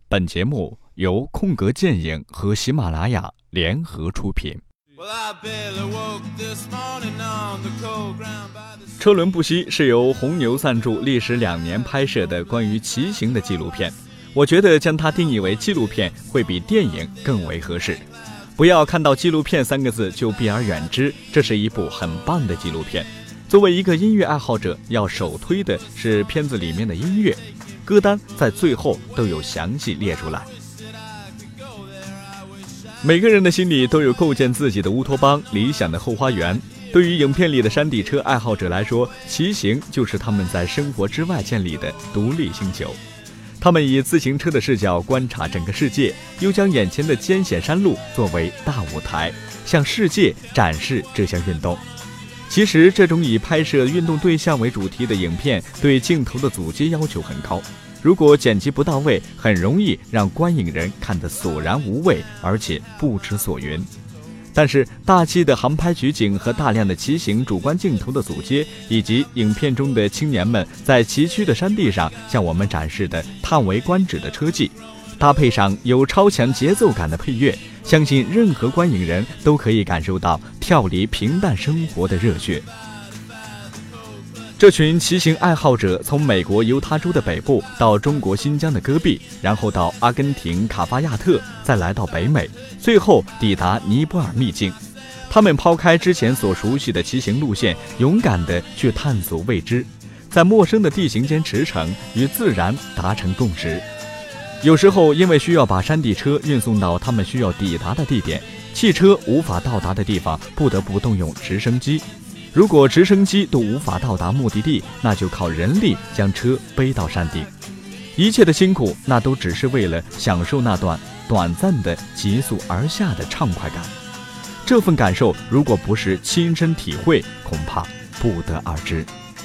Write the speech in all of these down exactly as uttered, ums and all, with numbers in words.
本节目由空格电影和喜马拉雅联合出品。车轮不息是由红牛赞助，历时两年拍摄的关于骑行的纪录片。我觉得将它定义为纪录片会比电影更为合适。不要看到纪录片三个字就避而远之，这是一部很棒的纪录片。作为一个音乐爱好者，要首推的是片子里面的音乐，歌单在最后都有详细列出来。每个人的心里都有构建自己的乌托邦，理想的后花园。对于影片里的山地车爱好者来说，骑行就是他们在生活之外建立的独立星球。他们以自行车的视角观察整个世界，又将眼前的艰险山路作为大舞台，向世界展示这项运动。其实这种以拍摄运动对象为主题的影片，对镜头的组接要求很高，如果剪辑不到位，很容易让观影人看得索然无味，而且不知所云。但是大气的航拍取景和大量的骑行主观镜头的组接，以及影片中的青年们在崎岖的山地上向我们展示的叹为观止的车技，搭配上有超强节奏感的配乐，相信任何观影人都可以感受到跳离平淡生活的热血。这群骑行爱好者从美国犹他州的北部到中国新疆的戈壁，然后到阿根廷卡巴亚特，再来到北美，最后抵达尼泊尔秘境。他们抛开之前所熟悉的骑行路线，勇敢地去探索未知，在陌生的地形间驰骋，与自然达成共识。有时候因为需要把山地车运送到他们需要抵达的地点，汽车无法到达的地方，不得不动用直升机。如果直升机都无法到达目的地，那就靠人力将车背到山顶。一切的辛苦，那都只是为了享受那段短暂的急速而下的畅快感。这份感受，如果不是亲身体会，恐怕不得而知。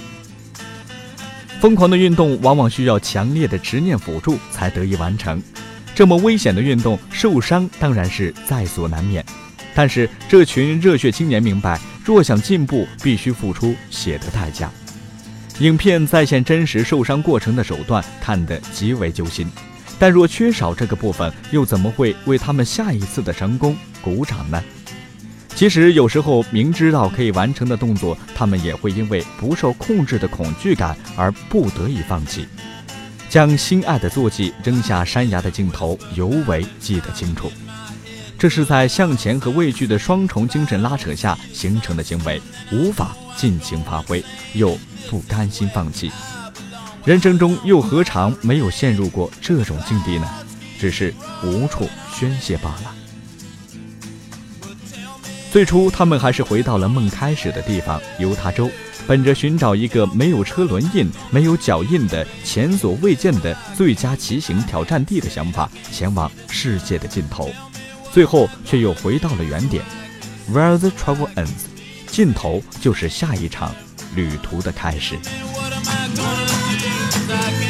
疯狂的运动往往需要强烈的执念辅助才得以完成。这么危险的运动，受伤当然是在所难免。但是这群热血青年明白，若想进步，必须付出血的代价。影片再现真实受伤过程的手段，看得极为揪心。但若缺少这个部分，又怎么会为他们下一次的成功鼓掌呢？其实有时候明知道可以完成的动作，他们也会因为不受控制的恐惧感而不得已放弃。将心爱的坐骑扔下山崖的镜头尤为记得清楚。这是在向前和畏惧的双重精神拉扯下形成的行为，无法尽情发挥，又不甘心放弃。人生中又何尝没有陷入过这种境地呢？只是无处宣泄罢了。最初他们还是回到了梦开始的地方犹他州，本着寻找一个没有车轮印、没有脚印的前所未见的最佳骑行挑战地的想法，前往世界的尽头。最后却又回到了原点 Where the travel ends， 尽头就是下一场旅途的开始。